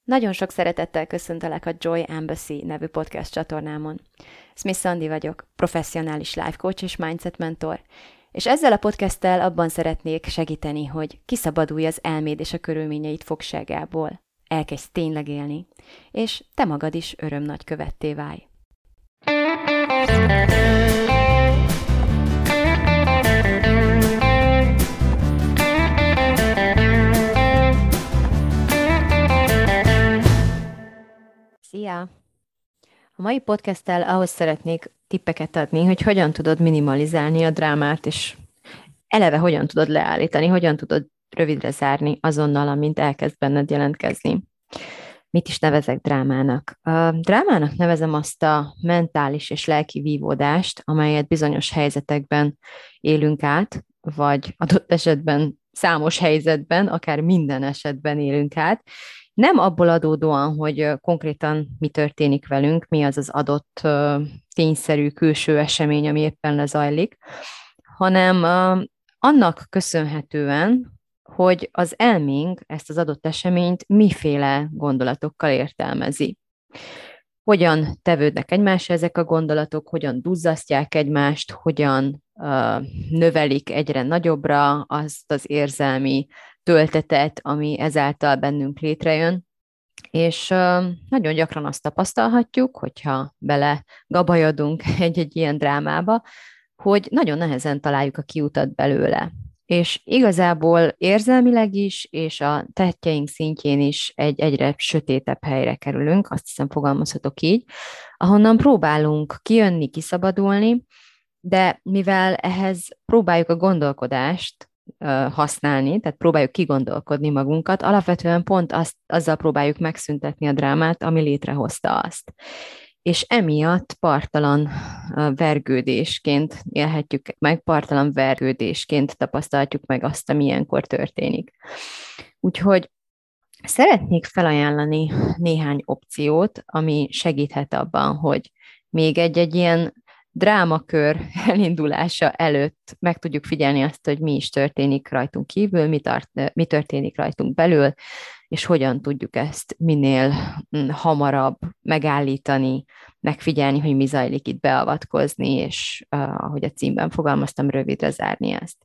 Nagyon sok szeretettel köszöntelek a Joy Embassy nevű podcast csatornámon. Smith Sandy vagyok, professzionális life coach és mindset mentor, és ezzel a podcasttel abban szeretnék segíteni, hogy kiszabadulj az elméd és a körülményeid fogságából, elkezdj tényleg élni, és te magad is örömnagy követté válj. Szia! A mai podcasttel ahhoz szeretnék tippeket adni, hogy hogyan tudod minimalizálni a drámát, és eleve hogyan tudod leállítani, hogyan tudod rövidre zárni azonnal, amint elkezd benned jelentkezni. Mit is nevezek drámának? A drámának nevezem azt a mentális és lelki vívódást, amelyet bizonyos helyzetekben élünk át, vagy adott esetben számos helyzetben, akár minden esetben élünk át. Nem abból adódóan, hogy konkrétan mi történik velünk, mi az az adott tényszerű külső esemény, ami éppen lezajlik, hanem annak köszönhetően, hogy az elménk ezt az adott eseményt miféle gondolatokkal értelmezi. Hogyan tevődnek egymásra ezek a gondolatok, hogyan duzzasztják egymást, hogyan növelik egyre nagyobbra azt az érzelmi töltetet, ami ezáltal bennünk létrejön. És nagyon gyakran azt tapasztalhatjuk, hogyha bele gabajodunk egy-egy ilyen drámába, hogy nagyon nehezen találjuk a kiutat belőle. És igazából érzelmileg is, és a tettjeink szintjén is egy egyre sötétebb helyre kerülünk, azt hiszem fogalmazhatok így, ahonnan próbálunk kijönni, kiszabadulni, de mivel ehhez próbáljuk a gondolkodást használni, tehát próbáljuk kigondolkodni magunkat, alapvetően pont azzal próbáljuk megszüntetni a drámát, ami létrehozta azt. És emiatt parttalan vergődésként élhetjük meg, parttalan vergődésként tapasztalhatjuk meg azt, ami ilyenkor történik. Úgyhogy szeretnék felajánlani néhány opciót, ami segíthet abban, hogy még egy ilyen drámakör elindulása előtt meg tudjuk figyelni azt, hogy mi is történik rajtunk kívül, mi történik rajtunk belül, és hogyan tudjuk ezt minél hamarabb megállítani, megfigyelni, hogy mi zajlik itt, beavatkozni, és ahogy a címben fogalmaztam, rövidre zárni ezt.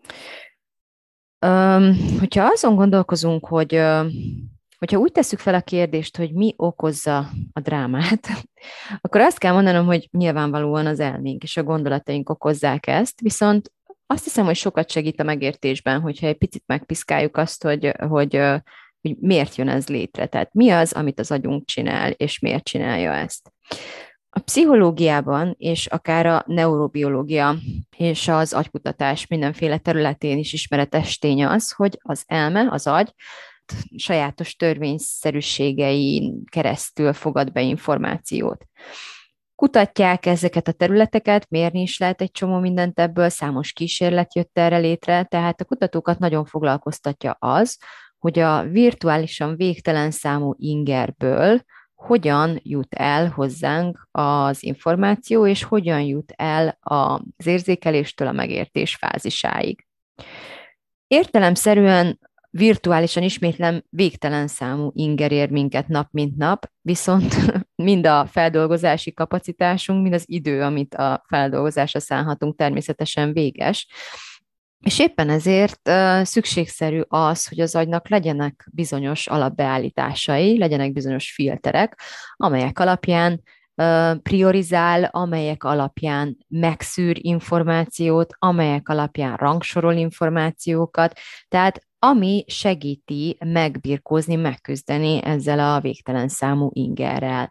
Hogyha azon gondolkozunk, hogyha úgy tesszük fel a kérdést, hogy mi okozza a drámát, akkor azt kell mondanom, hogy nyilvánvalóan az elménk és a gondolataink okozzák ezt, viszont azt hiszem, hogy sokat segít a megértésben, hogyha egy picit megpiszkáljuk azt, hogy miért jön ez létre. Tehát mi az, amit az agyunk csinál, és miért csinálja ezt. A pszichológiában, és akár a neurobiológia és az agykutatás mindenféle területén is ismeretes tény az, hogy az elme, az agy sajátos törvényszerűségein keresztül fogad be információt. Kutatják ezeket a területeket, mérni is lehet egy csomó mindent ebből, számos kísérlet jött erre létre, tehát a kutatókat nagyon foglalkoztatja az, hogy a virtuálisan végtelen számú ingerből hogyan jut el hozzánk az információ, és hogyan jut el az érzékeléstől a megértés fázisáig. Értelemszerűen virtuálisan ismétlem végtelen számú inger ér minket nap mint nap, viszont mind a feldolgozási kapacitásunk, mind az idő, amit a feldolgozásra szánhatunk, természetesen véges. És éppen ezért szükségszerű az, hogy az agynak legyenek bizonyos alapbeállításai, legyenek bizonyos filterek, amelyek alapján priorizál, amelyek alapján megszűr információt, amelyek alapján rangsorol információkat, tehát ami segíti megbirkózni, megküzdeni ezzel a végtelen számú ingerrel.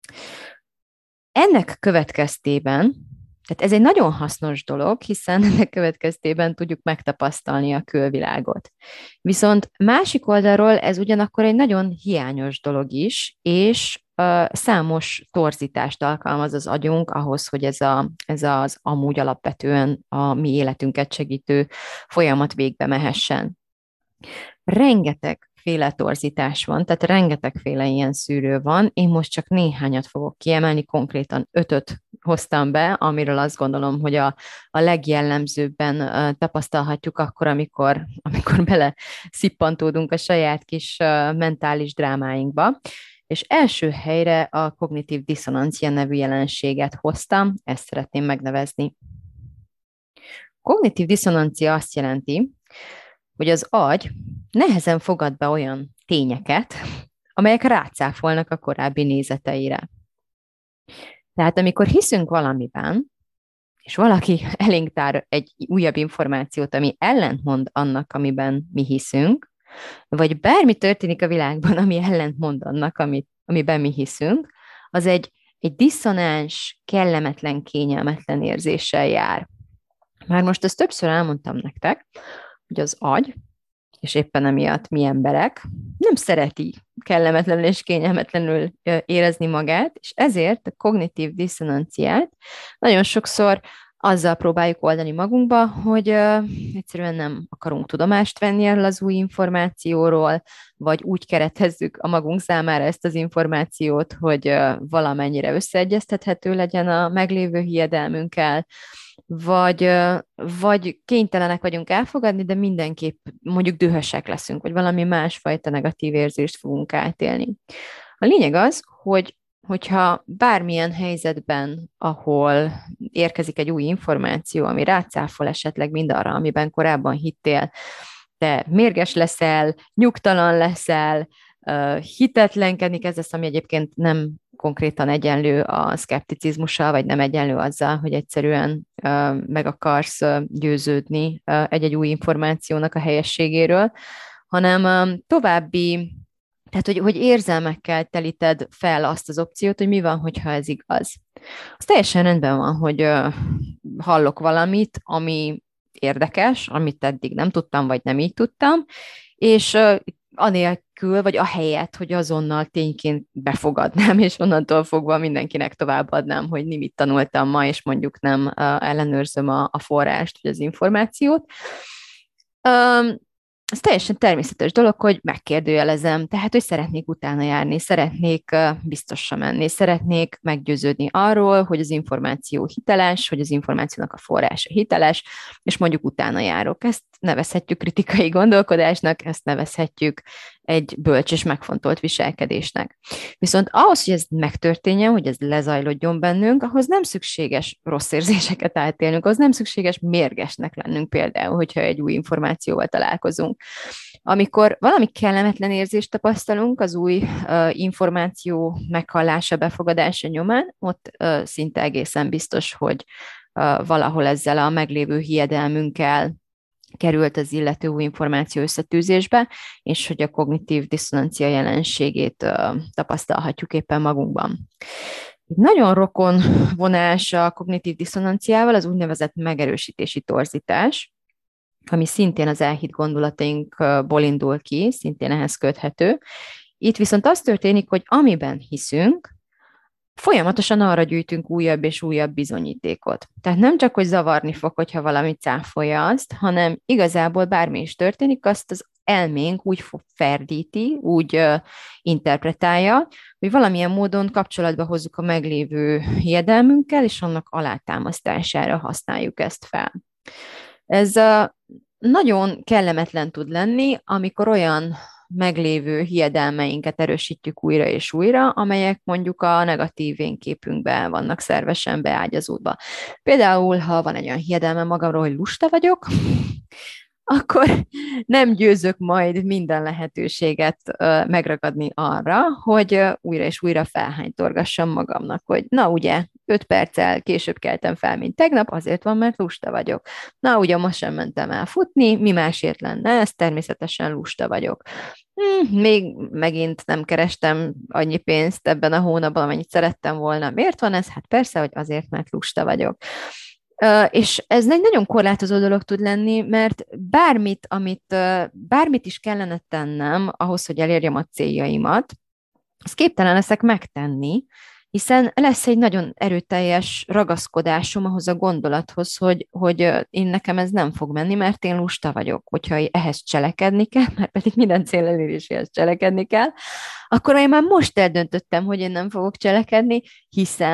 Ennek következtében, tehát ez egy nagyon hasznos dolog, hiszen ennek következtében tudjuk megtapasztalni a külvilágot. Viszont másik oldalról ez ugyanakkor egy nagyon hiányos dolog is, és számos torzítást alkalmaz az agyunk ahhoz, hogy ez az amúgy alapvetően a mi életünket segítő folyamat végbe mehessen. Rengeteg féle torzítás van, tehát rengetegféle ilyen szűrő van. Én most csak néhányat fogok kiemelni, konkrétan 5-öt hoztam be, amiről azt gondolom, hogy a legjellemzőbben tapasztalhatjuk akkor, amikor bele szippantódunk a saját kis mentális drámáinkba. És első helyre a kognitív diszonancia nevű jelenséget hoztam, ezt szeretném megnevezni. Kognitív diszonancia azt jelenti, hogy az agy nehezen fogad be olyan tényeket, amelyek rácáfolnak a korábbi nézeteire. Tehát amikor hiszünk valamiben, és valaki elénk tár egy újabb információt, ami ellentmond annak, amiben mi hiszünk, vagy bármi történik a világban, ami ellentmond annak, amiben mi hiszünk, az egy diszonáns, kellemetlen, kényelmetlen érzéssel jár. Már most ezt többször elmondtam nektek, hogy az agy, és éppen emiatt mi emberek, nem szereti kellemetlenül és kényelmetlenül érezni magát, és ezért a kognitív diszonanciát nagyon sokszor azzal próbáljuk oldani magunkba, hogy egyszerűen nem akarunk tudomást venni erről az új információról, vagy úgy keretezzük a magunk számára ezt az információt, hogy valamennyire összeegyeztethető legyen a meglévő hiedelmünkkel, vagy kénytelenek vagyunk elfogadni, de mindenképp mondjuk dühösek leszünk, vagy valami másfajta negatív érzést fogunk átélni. A lényeg az, hogyha bármilyen helyzetben, ahol érkezik egy új információ, ami rácáfol esetleg mindarra, amiben korábban hittél, te mérges leszel, nyugtalan leszel, hitetlenkedni kezdesz, ami egyébként nem konkrétan egyenlő a szkepticizmussal, vagy nem egyenlő azzal, hogy egyszerűen meg akarsz győződni egy-egy új információnak a helyességéről, hanem további, tehát hogy érzelmekkel telíted fel azt az opciót, hogy mi van, hogyha ez igaz. Az teljesen rendben van, hogy hallok valamit, ami érdekes, amit eddig nem tudtam, vagy nem így tudtam, és anélkül, vagy ahelyett, hogy azonnal tényként befogadnám, és onnantól fogva mindenkinek továbbadnám, hogy mit tanultam ma, és mondjuk nem ellenőrzöm a forrást, vagy az információt. Ez teljesen természetes dolog, hogy megkérdőjelezem, tehát, hogy szeretnék utána járni, szeretnék biztosra menni, szeretnék meggyőződni arról, hogy az információ hiteles, hogy az információnak a forrása hiteles, és mondjuk utána járok. Ezt nevezhetjük kritikai gondolkodásnak, ezt nevezhetjük egy bölcs és megfontolt viselkedésnek. Viszont ahhoz, hogy ez megtörténjen, hogy ez lezajlódjon bennünk, ahhoz nem szükséges rossz érzéseket átélnünk, ahhoz nem szükséges mérgesnek lennünk például, hogyha egy új információval találkozunk. Amikor valami kellemetlen érzést tapasztalunk az új információ meghallása, befogadása nyomán, ott szinte egészen biztos, hogy valahol ezzel a meglévő hiedelmünkkel került az illető új információ összetűzésbe, és hogy a kognitív diszonancia jelenségét tapasztalhatjuk éppen magunkban. Egy nagyon rokon vonás a kognitív diszonanciával az úgynevezett megerősítési torzítás, ami szintén az elhitt gondolatainkból indul ki, szintén ehhez köthető. Itt viszont az történik, hogy amiben hiszünk, folyamatosan arra gyűjtünk újabb és újabb bizonyítékot. Tehát nem csak, hogy zavarni fog, hogyha valami cáfolja azt, hanem igazából bármi is történik, azt az elménk úgy ferdíti, úgy interpretálja, hogy valamilyen módon kapcsolatba hozzuk a meglévő hiedelmünkkel, és annak alátámasztására használjuk ezt fel. Ez nagyon kellemetlen tud lenni, amikor olyan meglévő hiedelmeinket erősítjük újra és újra, amelyek mondjuk a negatív énképünkben vannak szervesen beágyazódva. Például, ha van egy olyan hiedelmem magamról, hogy lusta vagyok, akkor nem győzök majd minden lehetőséget megragadni arra, hogy újra és újra felhánytorgassam magamnak, hogy na ugye, 5 perccel később keltem fel, mint tegnap, azért van, mert lusta vagyok. Na ugye, most sem mentem el futni, mi másért lenne ez? Természetesen lusta vagyok. Még megint nem kerestem annyi pénzt ebben a hónapban, amennyit szerettem volna. Miért van ez? Hát persze, hogy azért, mert lusta vagyok. És ez egy nagyon korlátozó dolog tud lenni, mert bármit is kellene tennem ahhoz, hogy elérjem a céljaimat, azt képtelen leszek megtenni, hiszen lesz egy nagyon erőteljes ragaszkodásom ahhoz a gondolathoz, hogy én nekem ez nem fog menni, mert én lusta vagyok. Hogyha ehhez cselekedni kell, mert pedig minden cél eléréséhez cselekedni kell, akkor én már most eldöntöttem, hogy én nem fogok cselekedni, hiszen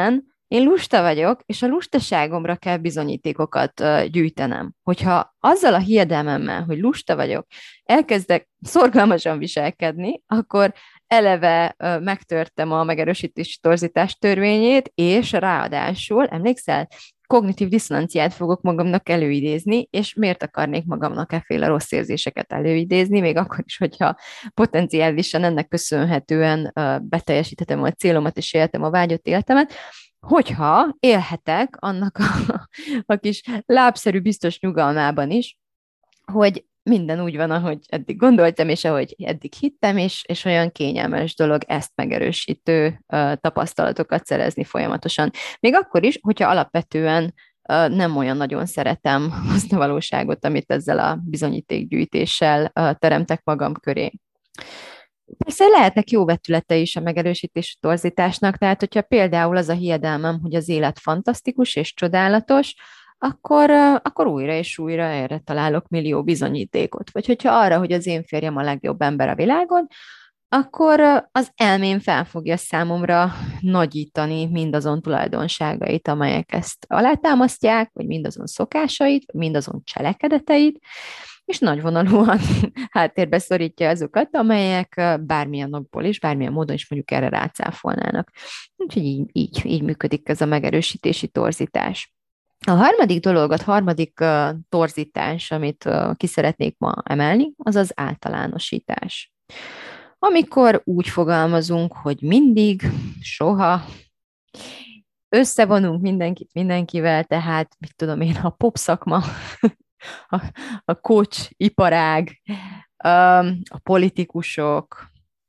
Én lusta vagyok, és a lustaságomra kell bizonyítékokat gyűjtenem. Hogyha azzal a hiedelmemmel, hogy lusta vagyok, elkezdek szorgalmasan viselkedni, akkor eleve megtörtem a megerősítési torzítás törvényét, és ráadásul, emlékszel, kognitív diszonanciát fogok magamnak előidézni, és miért akarnék magamnak efféle rossz érzéseket előidézni, még akkor is, hogyha potenciálisan ennek köszönhetően beteljesíthetem a célomat, és éltem a vágyott életemet, hogyha élhetek annak a kis lábszerű biztos nyugalmában is, hogy minden úgy van, ahogy eddig gondoltam, és ahogy eddig hittem, és olyan kényelmes dolog ezt megerősítő tapasztalatokat szerezni folyamatosan. Még akkor is, hogyha alapvetően nem olyan nagyon szeretem azt a valóságot, amit ezzel a bizonyítékgyűjtéssel teremtek magam köré. Persze lehetnek jó vetülete is a megerősítési torzításnak, tehát hogyha például az a hiedelmem, hogy az élet fantasztikus és csodálatos, akkor újra és újra erre találok millió bizonyítékot. Vagy hogyha arra, hogy az én férjem a legjobb ember a világon, akkor az elmém fel fogja számomra nagyítani mindazon tulajdonságait, amelyek ezt alátámasztják, vagy mindazon szokásait, vagy mindazon cselekedeteit, és nagyvonalúan háttérbe szorítja azokat, amelyek bármilyen okból is, bármilyen módon is mondjuk erre rácáfolnának. Úgyhogy így működik ez a megerősítési torzítás. A harmadik torzítás, amit ki szeretnék ma emelni, az az általánosítás. Amikor úgy fogalmazunk, hogy mindig, soha, összevonunk mindenkit mindenkivel, tehát mit tudom én, a popszakma, a coach iparág, a politikusok,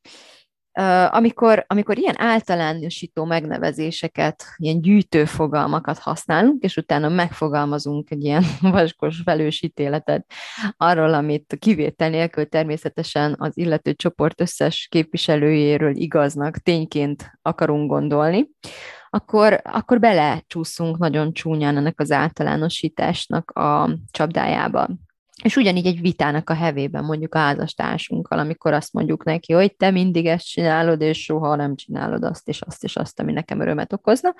amikor ilyen általánosító megnevezéseket, ilyen gyűjtő fogalmakat használunk, és utána megfogalmazunk egy ilyen vaskos velős ítéletet arról, amit kivétel nélkül természetesen az illető csoport összes képviselőjéről igaznak, tényként akarunk gondolni, akkor belecsúszunk nagyon csúnyán ennek az általánosításnak a csapdájába. És ugyanígy egy vitának a hevében, mondjuk a házastársunkkal, amikor azt mondjuk neki, hogy te mindig ezt csinálod, és soha nem csinálod azt és azt, ami nekem örömet okozna,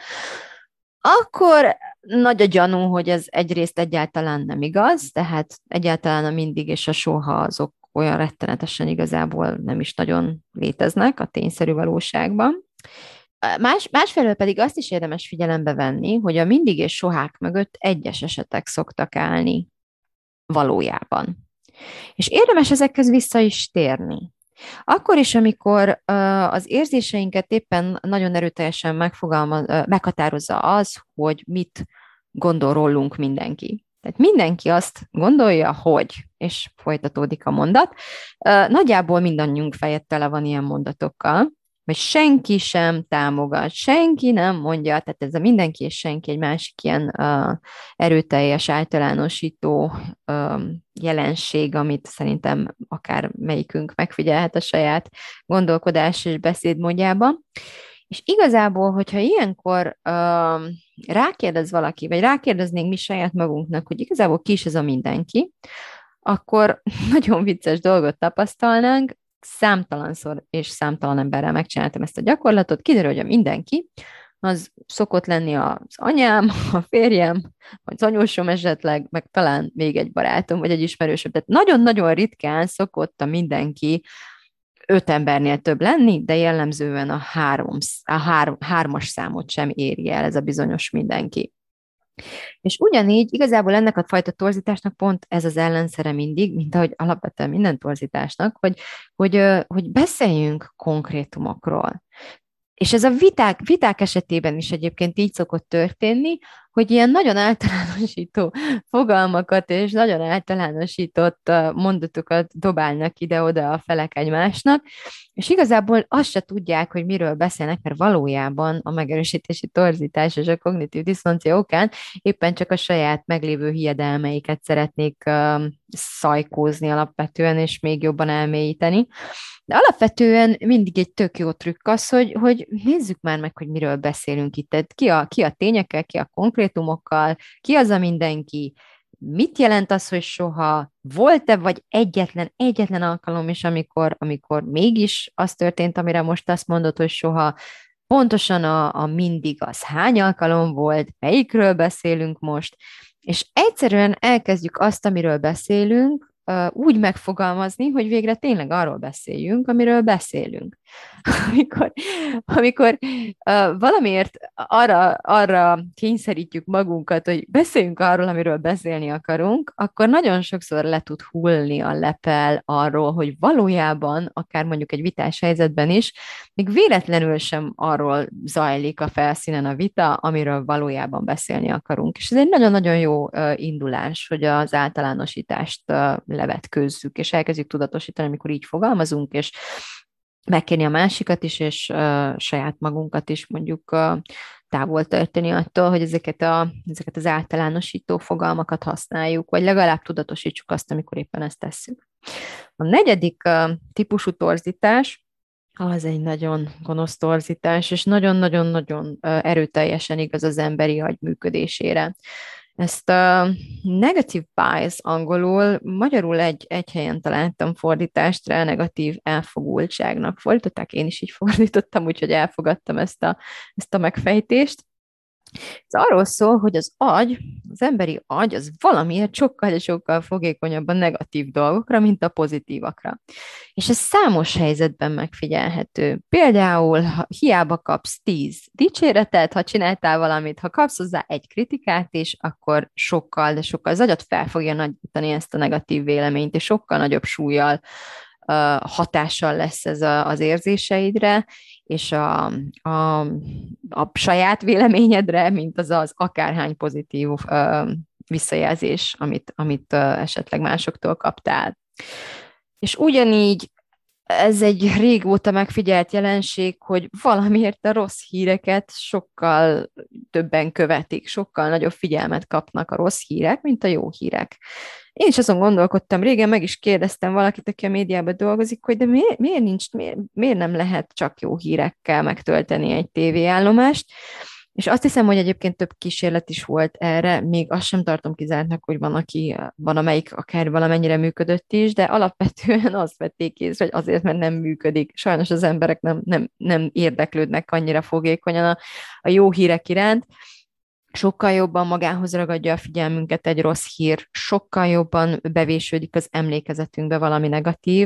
akkor nagy a gyanú, hogy ez egyrészt egyáltalán nem igaz, tehát egyáltalán a mindig és a soha azok olyan rettenetesen igazából nem is nagyon léteznek a tényszerű valóságban. Másfelől pedig azt is érdemes figyelembe venni, hogy a mindig és sohák mögött egyes esetek szoktak állni valójában. És érdemes ezekhez vissza is térni. Akkor is, amikor az érzéseinket éppen nagyon erőteljesen meghatározza az, hogy mit gondol rólunk mindenki. Tehát mindenki azt gondolja, hogy, és folytatódik a mondat, nagyjából mindannyiunk feje tele van ilyen mondatokkal, hogy senki sem támogat, senki nem mondja, tehát ez a mindenki és senki egy másik ilyen erőteljes, általánosító jelenség, amit szerintem akár melyikünk megfigyelhet a saját gondolkodás és beszédmódjában. És igazából, hogyha ilyenkor rákérdez valaki, vagy rákérdeznénk mi saját magunknak, hogy igazából ki is ez a mindenki, akkor nagyon vicces dolgot tapasztalnánk, számtalanszor és számtalan emberrel megcsináltam ezt a gyakorlatot, kiderül, hogy a mindenki, az szokott lenni az anyám, a férjem, vagy az anyósom esetleg, meg talán még egy barátom, vagy egy ismerősöm. Tehát nagyon-nagyon ritkán szokott a mindenki 5 embernél több lenni, de jellemzően hármas számot sem éri el ez a bizonyos mindenki. És ugyanígy igazából ennek a fajta torzításnak pont ez az ellenszere mindig, mint ahogy alapvetően minden torzításnak, hogy beszéljünk konkrétumokról. És ez a viták esetében is egyébként így szokott történni, hogy ilyen nagyon általánosító fogalmakat és nagyon általánosított mondatokat dobálnak ide-oda a felek egymásnak, és igazából azt se tudják, hogy miről beszélnek, mert valójában a megerősítési torzítás és a kognitív diszonancia okán éppen csak a saját meglévő hiedelmeiket szeretnék szajkózni alapvetően, és még jobban elmélyíteni. De alapvetően mindig egy tök jó trükk az, hogy nézzük már meg, hogy miről beszélünk itt. Tehát ki a tényekkel, ki a konkrétumokkal, ki az a mindenki, mit jelent az, hogy soha, volt-e vagy egyetlen alkalom is, amikor mégis az történt, amire most azt mondod, hogy soha, pontosan a mindig az hány alkalom volt, melyikről beszélünk most, és egyszerűen elkezdjük azt, amiről beszélünk, úgy megfogalmazni, hogy végre tényleg arról beszéljünk, amiről beszélünk. Amikor, amikor valamiért arra kényszerítjük magunkat, hogy beszéljünk arról, amiről beszélni akarunk, akkor nagyon sokszor le tud hullni a lepel arról, hogy valójában, akár mondjuk egy vitás helyzetben is, még véletlenül sem arról zajlik a felszínen a vita, amiről valójában beszélni akarunk. És ez egy nagyon-nagyon jó indulás, hogy az általánosítást levetkőzzük, és elkezdjük tudatosítani, amikor így fogalmazunk, és megkérni a másikat is, és saját magunkat is mondjuk távol tartani attól, hogy ezeket az általánosító fogalmakat használjuk, vagy legalább tudatosítsuk azt, amikor éppen ezt tesszük. A negyedik típusú torzítás, az egy nagyon gonosz torzítás, és nagyon-nagyon-nagyon erőteljesen igaz az emberi agy működésére. Ezt a negative bias angolul, magyarul egy helyen találtam fordítást rá, negatív elfogultságnak fordították, én is így fordítottam, úgyhogy elfogadtam ezt a megfejtést. Ez arról szól, hogy az emberi agy, az valamiért sokkal fogékonyabb a negatív dolgokra, mint a pozitívakra. És ez számos helyzetben megfigyelhető. Például, hiába kapsz 10 dicséretet, ha csináltál valamit, ha kapsz hozzá egy kritikát is, akkor sokkal az agyat fel fogja nagyítani ezt a negatív véleményt, és sokkal nagyobb súllyal hatással lesz ez az érzéseidre, és a saját véleményedre, mint az akárhány pozitív visszajelzés, amit esetleg másoktól kaptál. És ugyanígy ez egy régóta megfigyelt jelenség, hogy valamiért a rossz híreket sokkal többen követik, sokkal nagyobb figyelmet kapnak a rossz hírek, mint a jó hírek. Én is azon gondolkodtam, régen meg is kérdeztem valakit, aki a médiában dolgozik, hogy de miért nem lehet csak jó hírekkel megtölteni egy tévéállomást, és azt hiszem, hogy egyébként több kísérlet is volt erre, még azt sem tartom kizártnak, hogy van amelyik akár valamennyire működött is, de alapvetően azt vették észre, hogy azért, mert nem működik. Sajnos az emberek nem érdeklődnek annyira fogékonyan a jó hírek iránt, sokkal jobban magához ragadja a figyelmünket egy rossz hír, sokkal jobban bevésődik az emlékezetünkbe valami negatív,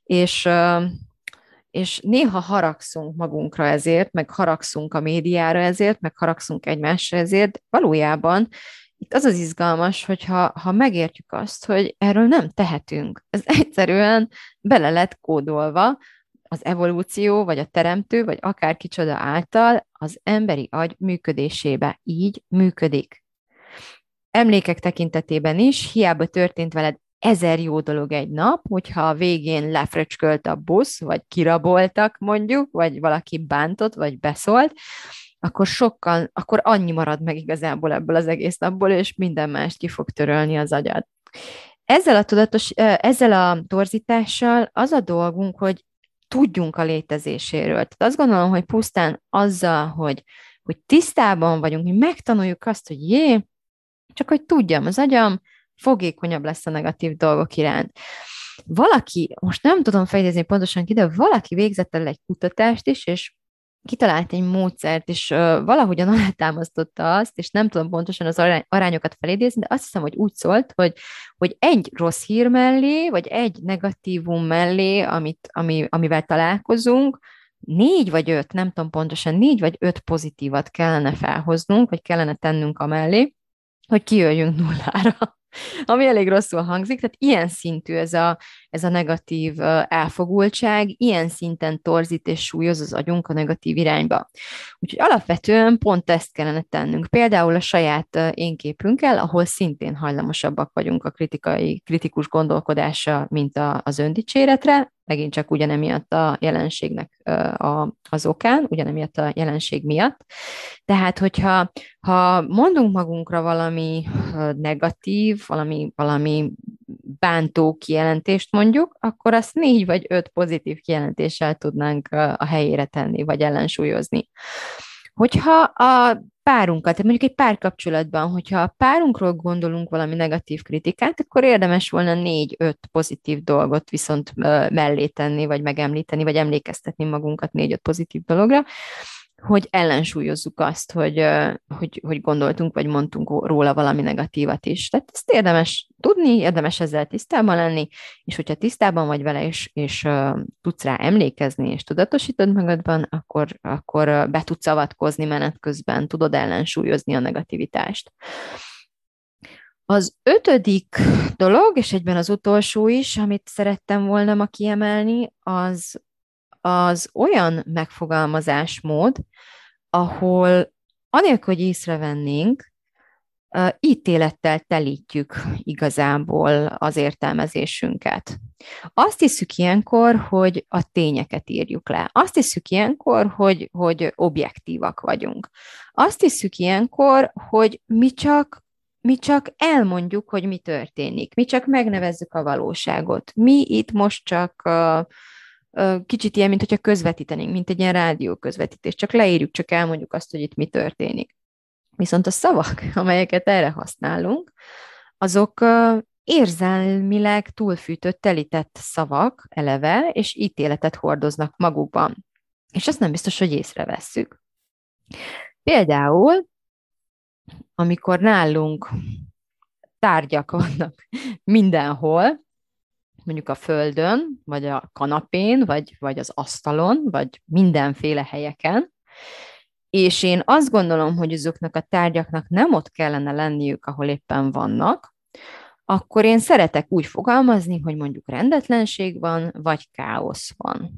és néha haragszunk magunkra ezért, meg haragszunk a médiára ezért, meg haragszunk egymásra ezért, de valójában itt az az izgalmas, hogyha megértjük azt, hogy erről nem tehetünk. Ez egyszerűen bele lett kódolva az evolúció, vagy a teremtő, vagy akár kicsoda által az emberi agy működésébe. Így működik. Emlékek tekintetében is, hiába történt veled 1000 jó dolog egy nap, hogyha a végén lefröcskölt a busz, vagy kiraboltak mondjuk, vagy valaki bántott, vagy beszólt, akkor annyi marad meg igazából ebből az egész napból, és minden mást ki fog törölni az agyad. Ezzel a torzítással az a dolgunk, hogy tudjunk a létezéséről. Tehát azt gondolom, hogy pusztán azzal, hogy tisztában vagyunk, hogy megtanuljuk azt, hogy csak hogy tudjam, az agyam fogékonyabb lesz a negatív dolgok iránt. Valaki, most nem tudom fejlődni pontosan ki, de valaki végzett el egy kutatást is, és kitalált egy módszert, és valahogyan alátámasztotta azt, és nem tudom pontosan az arányokat felidézni, de azt hiszem, hogy úgy szólt, hogy egy rossz hír mellé, vagy egy negatívum mellé, amivel találkozunk, 4 vagy 5, nem tudom pontosan, 4 vagy 5 pozitívat kellene felhoznunk, vagy kellene tennünk amellé, hogy kijöjjünk nullára. Ami elég rosszul hangzik, tehát ilyen szintű ez a negatív elfogultság, ilyen szinten torzít és súlyoz az agyunk a negatív irányba. Úgyhogy alapvetően pont ezt kellene tennünk. Például a saját énképünkkel, ahol szintén hajlamosabbak vagyunk a kritikus gondolkodásra, mint az öndicséretre, megint csak ugyanemiatt a jelenségnek az okán, ugyanemiatt a jelenség miatt. Tehát, hogyha mondunk magunkra valami negatív, valami bántó kijelentést mondjuk, akkor azt 4 vagy 5 pozitív kijelentéssel tudnánk a helyére tenni, vagy ellensúlyozni. Hogyha a párunkat, tehát mondjuk egy párkapcsolatban, hogyha a párunkról gondolunk valami negatív kritikát, akkor érdemes volna 4-5 pozitív dolgot viszont mellé tenni, vagy megemlíteni, vagy emlékeztetni magunkat 4-5 pozitív dologra. hogy ellensúlyozzuk azt, hogy gondoltunk, vagy mondtunk róla valami negatívat is. Tehát ezt érdemes tudni, érdemes ezzel tisztában lenni, és hogyha tisztában vagy vele, és tudsz rá emlékezni, és tudatosítod magadban, akkor be tudsz avatkozni menet közben, tudod ellensúlyozni a negativitást. Az ötödik dolog, és egyben az utolsó is, amit szerettem volna ma kiemelni, az olyan megfogalmazásmód, ahol anélkül, hogy észrevennénk, ítélettel telítjük igazából az értelmezésünket. Azt hiszük ilyenkor, hogy a tényeket írjuk le. Azt hiszük ilyenkor, hogy objektívak vagyunk. Azt hiszük ilyenkor, hogy mi csak elmondjuk, hogy mi történik. Mi csak megnevezzük a valóságot. Mi itt most csak kicsit ilyen, mint hogyha közvetítenénk, mint egy ilyen rádió közvetítés. Csak leírjuk, csak elmondjuk azt, hogy itt mi történik. Viszont a szavak, amelyeket erre használunk, azok érzelmileg túlfűtött, telített szavak eleve, és ítéletet hordoznak magukban. És ezt nem biztos, hogy észrevesszük. Például, amikor nálunk tárgyak vannak mindenhol, mondjuk a földön, vagy a kanapén, vagy az asztalon, vagy mindenféle helyeken, és én azt gondolom, hogy azoknak a tárgyaknak nem ott kellene lenniük, ahol éppen vannak, akkor én szeretek úgy fogalmazni, hogy mondjuk rendetlenség van, vagy káosz van.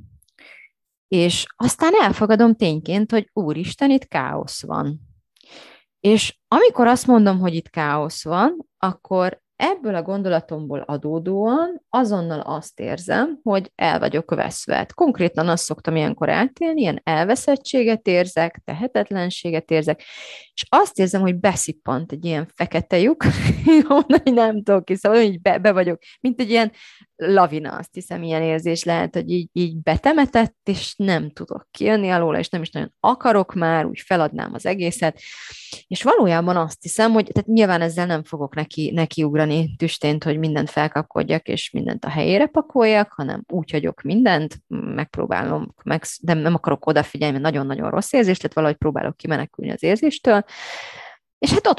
És aztán elfogadom tényként, hogy úristen, itt káosz van. És amikor azt mondom, hogy itt káosz van, akkor ebből a gondolatomból adódóan azonnal azt érzem, hogy el vagyok veszve. Konkrétan azt szoktam ilyenkor átélni, ilyen elveszettséget érzek, tehetetlenséget érzek, és azt érzem, hogy beszippant egy ilyen fekete lyuk, onnan nem tudok ki, szóval így be vagyok, mint egy ilyen lavina, azt hiszem, ilyen érzés lehet, hogy így betemetett, és nem tudok kijönni alóla, és nem is nagyon akarok már, úgy feladnám az egészet, és valójában azt hiszem, hogy tehát nyilván ezzel nem fogok nekiugrani tüstént, hogy mindent felkapkodjak, és mindent a helyére pakoljak, hanem úgy hagyok mindent, megpróbálom, de nem akarok odafigyelni, mert nagyon-nagyon rossz érzés, tehát valahogy próbálok kimenekülni az érzéstől, és hát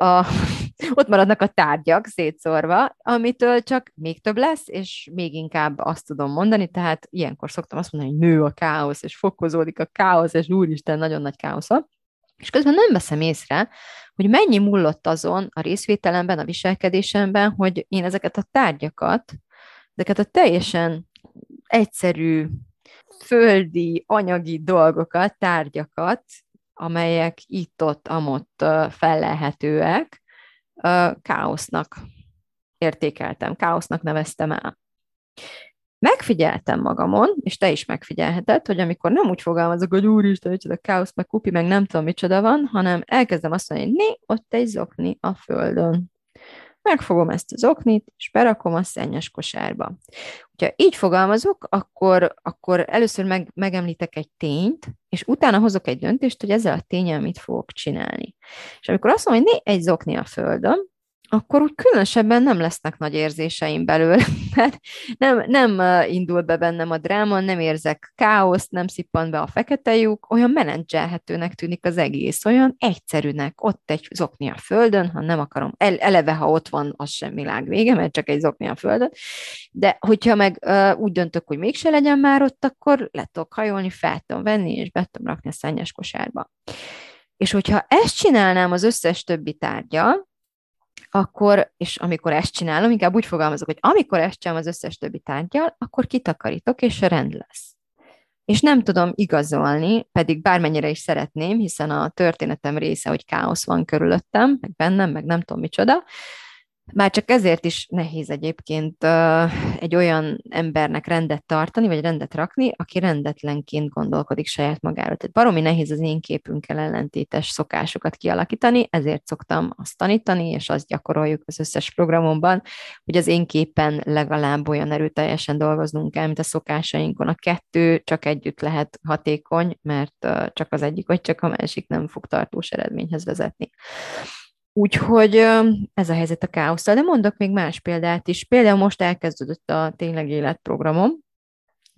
ott maradnak a tárgyak szétszórva, amitől csak még több lesz, és még inkább azt tudom mondani, tehát ilyenkor szoktam azt mondani, hogy nő a káosz, és fokozódik a káosz, és úristen, nagyon nagy káosz van. És közben nem veszem észre, hogy mennyi múlott azon a részvételemben, a viselkedésemben, hogy én ezeket a tárgyakat, ezeket a teljesen egyszerű, földi, anyagi dolgokat, tárgyakat, amelyek itt-ott, amott fellelhetőek, káosznak értékeltem, káosznak neveztem el. Megfigyeltem magamon, és te is megfigyelheted, hogy amikor nem úgy fogalmazok, hogy úristen, micsoda káosz, meg kupi, meg nem tudom, micsoda van, hanem elkezdem azt mondani, hogy ott egy zokni a földön. Megfogom ezt az zoknit, és berakom a szennyes kosárba. Ha így fogalmazok, akkor először megemlítek egy tényt, és utána hozok egy döntést, hogy ezzel a tényel mit fogok csinálni. És amikor azt mondom, hogy egy zokni a földön, akkor úgy különösebben nem lesznek nagy érzéseim belőle. Tehát nem indul be bennem a dráma, nem érzek káoszt, nem szippant be a fekete lyuk, olyan menedzselhetőnek tűnik az egész, olyan egyszerűnek, ott egy zokni a földön, ha nem akarom, eleve, ha ott van, az sem világ vége, mert csak egy zokni a földön, de hogyha meg úgy döntök, hogy mégse legyen már ott, akkor le tudok hajolni, fel tudom venni, és be tudom rakni a szennyes kosárba. És hogyha ezt csinálnám az összes többi tárgyal, és amikor ezt csinálom, inkább úgy fogalmazok, hogy amikor ezt csinálom az összes többi tárgyal, akkor kitakarítok, és rend lesz. És nem tudom igazolni, pedig bármennyire is szeretném, hiszen a történetem része, hogy káosz van körülöttem, meg bennem, meg nem tudom micsoda. Már csak ezért is nehéz egyébként egy olyan embernek rendet tartani, vagy rendet rakni, aki rendetlenként gondolkodik saját magáról. Tehát baromi nehéz az én képünkkel ellentétes szokásokat kialakítani, ezért szoktam azt tanítani, és azt gyakoroljuk az összes programomban, hogy az én képen legalább olyan erőteljesen dolgoznunk kell, mint a szokásainkon. A kettő csak együtt lehet hatékony, mert csak az egyik, vagy csak a másik nem fog tartós eredményhez vezetni. Úgyhogy ez a helyzet a káosztal, de mondok még más példát is. Például most elkezdődött a Tényleg Élet programom,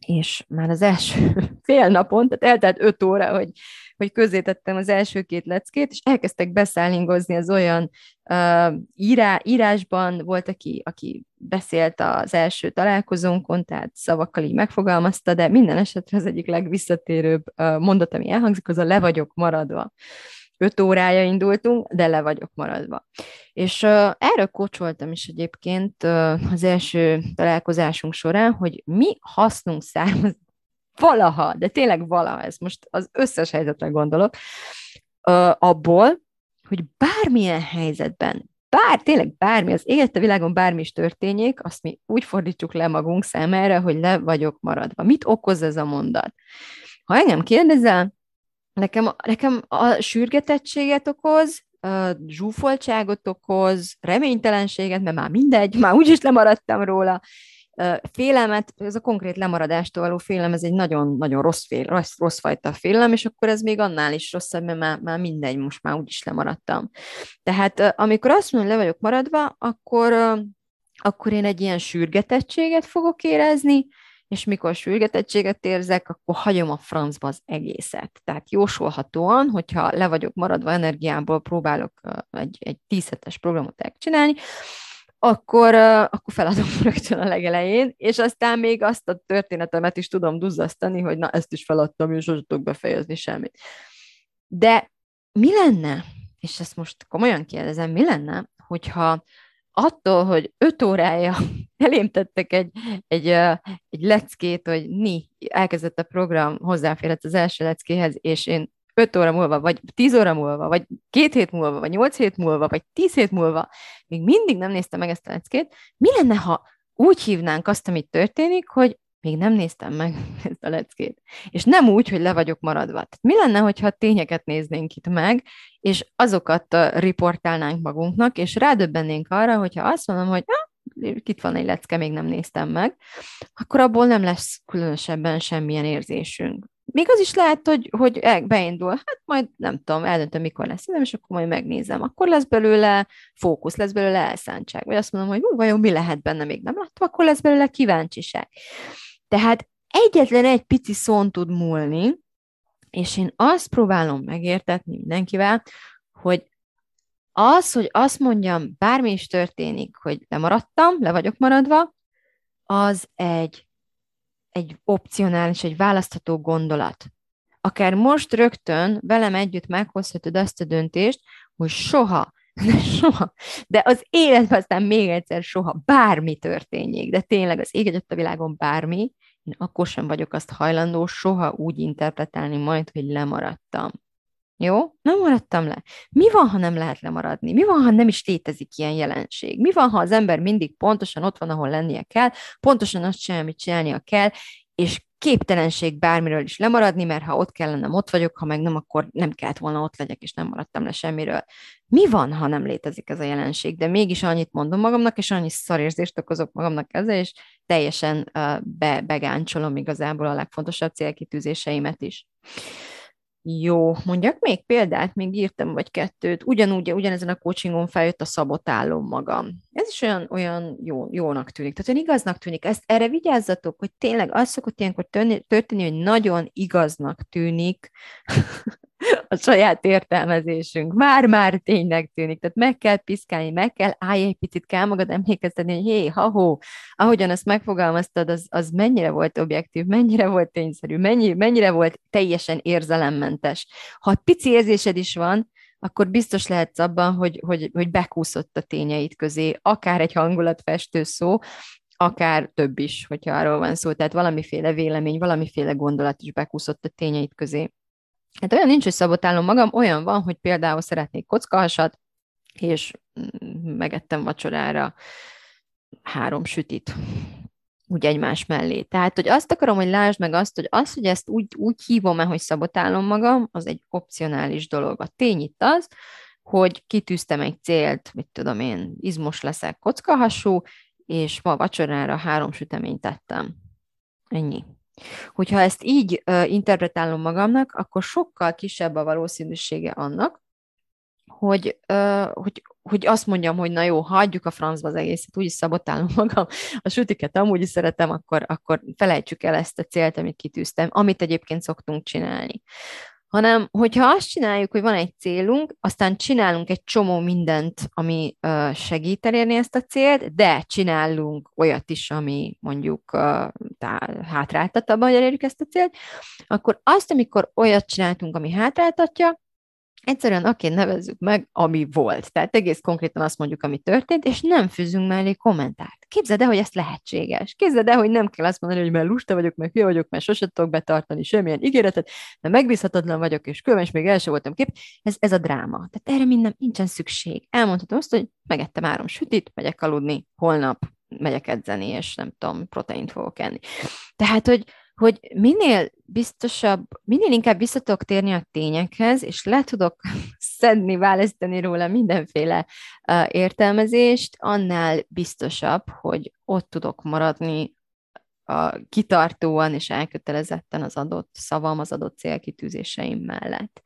és már az első fél napon, tehát eltelt 5 óra, hogy közzétettem az első 2 leckét, és elkezdtek beszállingozni az olyan írásban, volt, aki beszélt az első találkozónkon, tehát szavakkal így megfogalmazta, de minden esetre az egyik legvisszatérőbb mondat, ami elhangzik, az a le vagyok maradva. 5 órája indultunk, de le vagyok maradva. És erről kócsoltam is egyébként az első találkozásunk során, hogy mi hasznunk származik valaha, de tényleg valaha, ez most az összes helyzetre gondolok, abból, hogy bármilyen helyzetben, tényleg bármi, az élet a világon bármi is történjék, azt mi úgy fordítsuk le magunk számára, hogy le vagyok maradva. Mit okoz ez a mondat? Ha engem kérdezel, nekem a sürgetettséget okoz, zsúfoltságot okoz, reménytelenséget, mert már mindegy, már úgyis lemaradtam róla, félelmet, ez a konkrét lemaradástól való félelem, ez egy nagyon-nagyon rossz fajta félelem, és akkor ez még annál is rosszabb, mert már mindegy, most már úgyis lemaradtam. Tehát amikor azt mondom, hogy le vagyok maradva, akkor én egy ilyen sürgetettséget fogok érezni, és mikor sürgetettséget érzek, akkor hagyom a francba az egészet. Tehát jósolhatóan, hogyha le vagyok maradva energiából, próbálok egy 10 hetes programot elcsinálni, akkor feladom rögtön a legelején, és aztán még azt a történetemet is tudom duzzasztani, hogy na, ezt is feladtam, és sosem tudok befejezni semmit. De mi lenne, és ezt most komolyan kérdezem, mi lenne, hogyha attól, hogy 5 órája elém tettek egy leckét, hogy elkezdett a program, hozzáférhet az első leckéhez, és én 5 óra múlva, vagy 10 óra múlva, vagy 2 hét múlva, vagy 8 hét múlva, vagy 10 hét múlva, még mindig nem néztem meg ezt a leckét, mi lenne, ha úgy hívnánk azt, amit történik, hogy még nem néztem meg ezt a leckét. És nem úgy, hogy le vagyok maradva. Tehát mi lenne, hogyha tényeket néznénk itt meg, és azokat riportálnánk magunknak, és rádöbbennénk arra, hogyha azt mondom, hogy itt van egy lecke, még nem néztem meg, akkor abból nem lesz különösebben semmilyen érzésünk. Még az is lehet, hogy beindul, hát majd nem tudom, eldöntöm, mikor lesz, és akkor majd megnézem. Akkor lesz belőle fókusz, lesz belőle elszántság. Vagy azt mondom, hogy vajon mi lehet benne, még nem láttam, akkor lesz belőle kíváncsiság. Tehát egyetlen egy pici szón tud múlni, és én azt próbálom megértetni mindenkivel, hogy hogy azt mondjam, bármi is történik, hogy lemaradtam, le vagyok maradva, az egy opcionális, egy választható gondolat. Akár most rögtön velem együtt meghozhatod azt a döntést, hogy soha, de az életben aztán még egyszer soha bármi történjék, de tényleg az ég egyet a világon bármi, én akkor sem vagyok azt hajlandó soha úgy interpretálni majd, hogy lemaradtam. Jó? Nem maradtam le. Mi van, ha nem lehet lemaradni? Mi van, ha nem is létezik ilyen jelenség? Mi van, ha az ember mindig pontosan ott van, ahol lennie kell, pontosan azt csinálja, amit csinálnia kell, és képtelenség bármiről is lemaradni, mert ha ott kell lennem, ott vagyok, ha meg nem, akkor nem kellett volna ott legyek, és nem maradtam le semmiről. Mi van, ha nem létezik ez a jelenség? De mégis annyit mondom magamnak, és annyi szarérzést okozok magamnak ezzel, és teljesen begáncsolom igazából a legfontosabb célkitűzéseimet is. Jó, mondjak még példát, még írtam vagy 2, ugyanezen a coachingon feljött a szabotálom magam. Ez is olyan jónak tűnik, tehát olyan igaznak tűnik. Erre vigyázzatok, hogy tényleg az szokott ilyenkor történni, hogy nagyon igaznak tűnik a saját értelmezésünk. Már tényleg tűnik, tehát meg kell piszkálni, meg kell állj egy picit, kell magad emlékeztetni, hogy hé, ha-hó, ahogyan ezt megfogalmaztad, az mennyire volt objektív, mennyire volt tényszerű, mennyire volt teljesen érzelemmentes. Ha pici érzésed is van, akkor biztos lehetsz abban, hogy bekúszott a tényeid közé, akár egy hangulatfestő szó, akár több is, hogyha arról van szó, tehát valamiféle vélemény, valamiféle gondolat is bekúszott a tényeid közé. Hát olyan nincs, hogy szabotálom magam, olyan van, hogy például szeretnék kockahasat, és megettem vacsorára 3 sütit, úgy egymás mellé. Tehát, hogy azt akarom, hogy lásd meg hogy ezt úgy hívom-e, hogy szabotálom magam, az egy opcionális dolog. A tény itt az, hogy kitűztem egy célt, mit tudom én, izmos leszek, kockahasú, és ma vacsorára 3 süteményt tettem. Ennyi. Hogyha ezt így interpretálom magamnak, akkor sokkal kisebb a valószínűsége annak, hogy azt mondjam, hogy na jó, hagyjuk a francba az egészet, úgyis szabotálom magam, a sütiket amúgy is szeretem, akkor felejtsük el ezt a célt, amit kitűztem, amit egyébként szoktunk csinálni. Hanem, hogyha azt csináljuk, hogy van egy célunk, aztán csinálunk egy csomó mindent, ami segít elérni ezt a célt, de csinálunk olyat is, ami mondjuk hátráltat abban, hogy elérjük ezt a célt, akkor azt, amikor olyat csináltunk, ami hátráltatja, egyszerűen akként nevezzük meg, ami volt. Tehát egész konkrétan azt mondjuk, ami történt, és nem fűzünk mellé kommentárt. Képzeld el, hogy ez lehetséges. Képzeld el, hogy nem kell azt mondani, hogy mert lusta vagyok, meg hülye vagyok, mert sose tudok betartani semmilyen ígéretet, de megbízhatatlan vagyok, és különben is még el sem voltam kép. Ez a dráma. Tehát erre minden nincsen szükség. Elmondhatom azt, hogy megettem 3 sütit, megyek aludni, holnap megyek edzeni, és nem tudom, proteint fogok enni. Tehát, hogy minél biztosabb, minél inkább vissza tudok térni a tényekhez, és le tudok szedni, választani róla mindenféle értelmezést, annál biztosabb, hogy ott tudok maradni kitartóan és elkötelezetten az adott szavam, az adott célkitűzéseim mellett.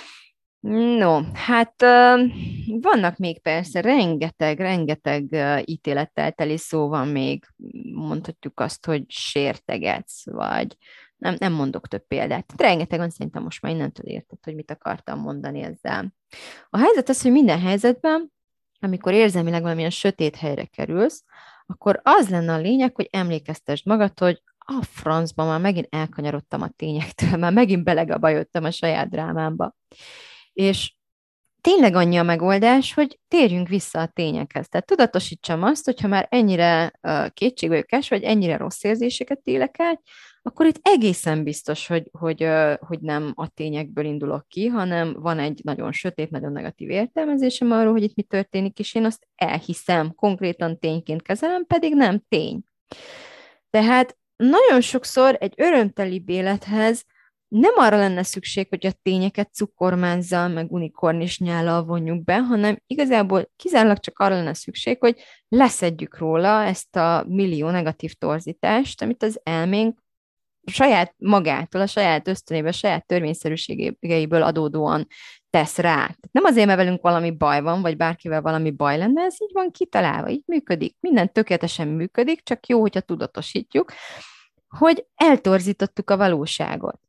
No, hát vannak még persze rengeteg ítélettel teli szó van még, mondhatjuk azt, hogy sértegetsz, vagy nem mondok több példát. De rengeteg van, szerintem most már innentől érted, hogy mit akartam mondani ezzel. A helyzet az, hogy minden helyzetben, amikor érzelmileg valamilyen sötét helyre kerülsz, akkor az lenne a lényeg, hogy emlékeztesd magad, hogy a francban már megint elkanyarodtam a tényektől, már megint belegabajodtam a saját drámámba. És tényleg annyi a megoldás, hogy térjünk vissza a tényekhez. Tehát tudatosítsam azt, hogyha már ennyire kétségbejökes, vagy ennyire rossz érzéseket élek át, akkor itt egészen biztos, hogy nem a tényekből indulok ki, hanem van egy nagyon sötét, nagyon negatív értelmezésem arról, hogy itt mi történik, és én azt elhiszem, konkrétan tényként kezelem, pedig nem tény. Tehát nagyon sokszor egy örömtelibb élethez nem arra lenne szükség, hogy a tényeket cukormázzal, meg unikornis nyállal vonjuk be, hanem igazából kizárólag csak arra lenne szükség, hogy leszedjük róla ezt a millió negatív torzítást, amit az elménk saját magától, a saját ösztönéből, a saját törvényszerűségeiből adódóan tesz rá. Tehát nem azért, mert velünk valami baj van, vagy bárkivel valami baj lenne, ez így van kitalálva, így működik. Minden tökéletesen működik, csak jó, hogyha tudatosítjuk, hogy eltorzítottuk a valóságot.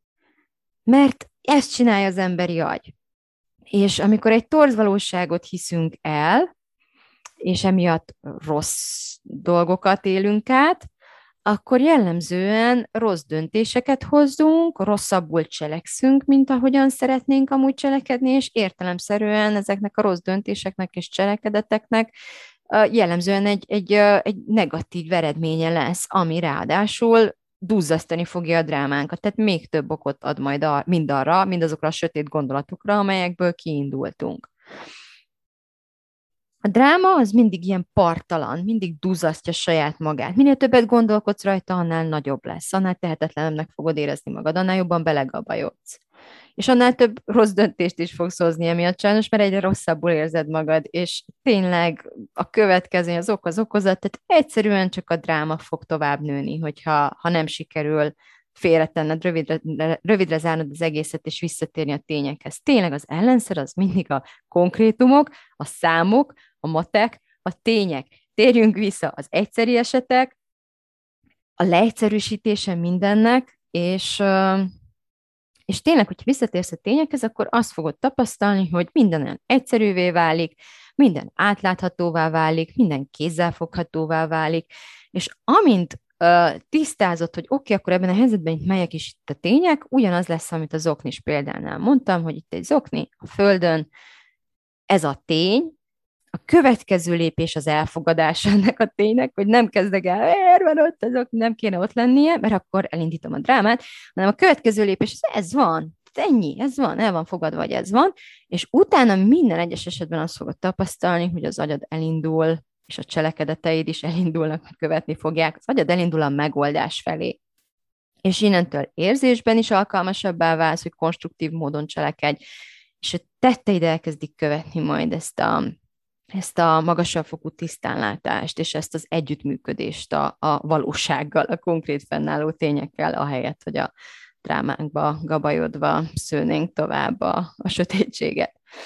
Mert ezt csinálja az emberi agy. És amikor egy torz valóságot hiszünk el, és emiatt rossz dolgokat élünk át, akkor jellemzően rossz döntéseket hozzunk, rosszabbul cselekszünk, mint ahogyan szeretnénk amúgy cselekedni, és értelemszerűen ezeknek a rossz döntéseknek és cselekedeteknek jellemzően egy negatív eredménye lesz, ami ráadásul duzzasztani fogja a drámánkat, tehát még több okot ad majd mindazokra a sötét gondolatokra, amelyekből kiindultunk. A dráma az mindig ilyen parttalan, mindig duzzasztja saját magát. Minél többet gondolkodsz rajta, annál nagyobb lesz, annál tehetetlenebbnek fogod érezni magad, annál jobban belegabajodsz. És annál több rossz döntést is fogsz hozni emiatt sajnos, mert egyre rosszabbul érzed magad, és tényleg a következő, az ok az okozat, tehát egyszerűen csak a dráma fog tovább nőni, hogyha nem sikerül félretenned, rövidre zárnod az egészet, és visszatérni a tényekhez. Tényleg az ellenszer az mindig a konkrétumok, a számok, a matek, a tények. Térjünk vissza az egyszeri esetek, a leegyszerűsítése mindennek, és tényleg, hogyha visszatérsz a tényekhez, akkor azt fogod tapasztalni, hogy minden olyan egyszerűvé válik, minden átláthatóvá válik, minden kézzelfoghatóvá válik, és amint tisztázott, hogy oké, akkor ebben a helyzetben itt melyek is itt a tények, ugyanaz lesz, amit a zoknis példánál mondtam, hogy itt egy zokni a földön, ez a tény, a következő lépés az elfogadása ennek a ténynek, hogy nem kezdek el, miért van ott, nem kéne ott lennie, mert akkor elindítom a drámát, hanem a következő lépés az ez van, ennyi, ez van, el van fogadva, hogy ez van, és utána minden egyes esetben azt fogod tapasztalni, hogy az agyad elindul, és a cselekedeteid is elindulnak, követni fogják, az agyad elindul a megoldás felé. És innentől érzésben is alkalmasabbá válsz, hogy konstruktív módon cselekedj, és a tetteid elkezdik követni majd ezt a magasabb fokú tisztánlátást, és ezt az együttműködést a valósággal, a konkrét fennálló tényekkel, ahelyett, hogy a drámánkba gabajodva szőnénk tovább a sötétséget.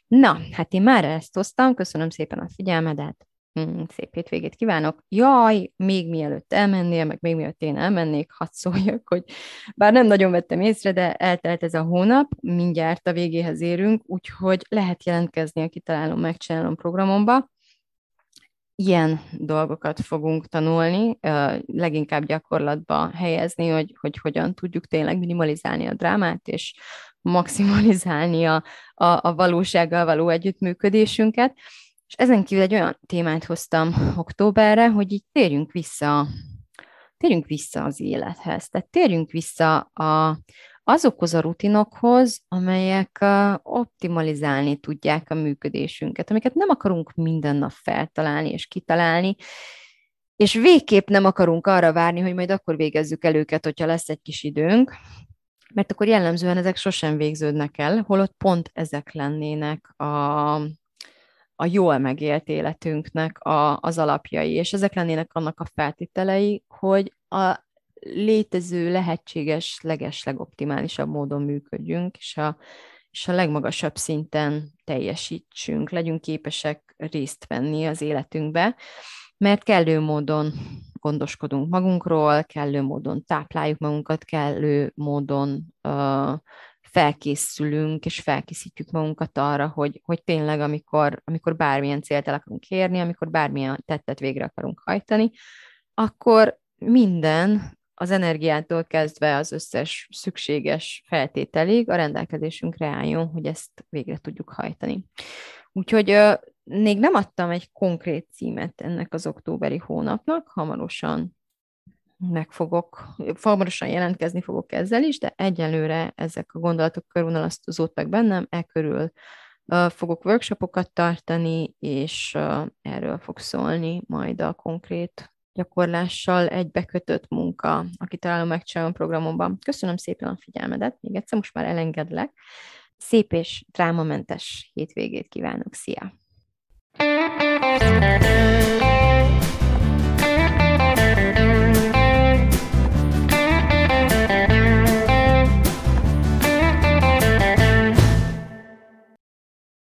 Na, hát én már ezt hoztam, köszönöm szépen a figyelmedet, szép hétvégét kívánok. Jaj, még mielőtt elmennél, meg még mielőtt én elmennék, hadd szóljak, hogy bár nem nagyon vettem észre, de eltelt ez a hónap, mindjárt a végéhez érünk, úgyhogy lehet jelentkezni a Kitalálom, Megcsinálom programomba. Ilyen dolgokat fogunk tanulni, leginkább gyakorlatba helyezni, hogy hogyan tudjuk tényleg minimalizálni a drámát, és maximalizálni a valósággal való együttműködésünket. És ezen kívül egy olyan témát hoztam októberre, hogy így térjünk vissza az élethez. Tehát térjünk vissza azokhoz a rutinokhoz, amelyek optimalizálni tudják a működésünket, amiket nem akarunk minden nap feltalálni és kitalálni, és végképp nem akarunk arra várni, hogy majd akkor végezzük el őket, hogyha lesz egy kis időnk, mert akkor jellemzően ezek sosem végződnek el, holott pont ezek lennének a jól megélt életünknek az alapjai, és ezek lennének annak a feltételei, hogy a létező, lehetséges, legoptimálisabb módon működjünk, és a legmagasabb szinten teljesítsünk, legyünk képesek részt venni az életünkbe, mert kellő módon gondoskodunk magunkról, kellő módon tápláljuk magunkat, kellő módon felkészülünk, és felkészítjük magunkat arra, hogy tényleg, amikor bármilyen célt el akarunk érni, amikor bármilyen tettet végre akarunk hajtani, akkor minden az energiától kezdve az összes szükséges feltételig a rendelkezésünkre álljon, hogy ezt végre tudjuk hajtani. Úgyhogy még nem adtam egy konkrét címet ennek az októberi hónapnak, hamarosan jelentkezni fogok ezzel is, de egyelőre ezek a gondolatok körvonalazódtak bennem, körül fogok workshopokat tartani, és erről fog szólni majd a konkrét gyakorlással egybekötött munka, a Kitalálom, Megcsinálom programomban. Köszönöm szépen a figyelmedet, még egyszer most már elengedlek. Szép és drámamentes hétvégét kívánok, szia!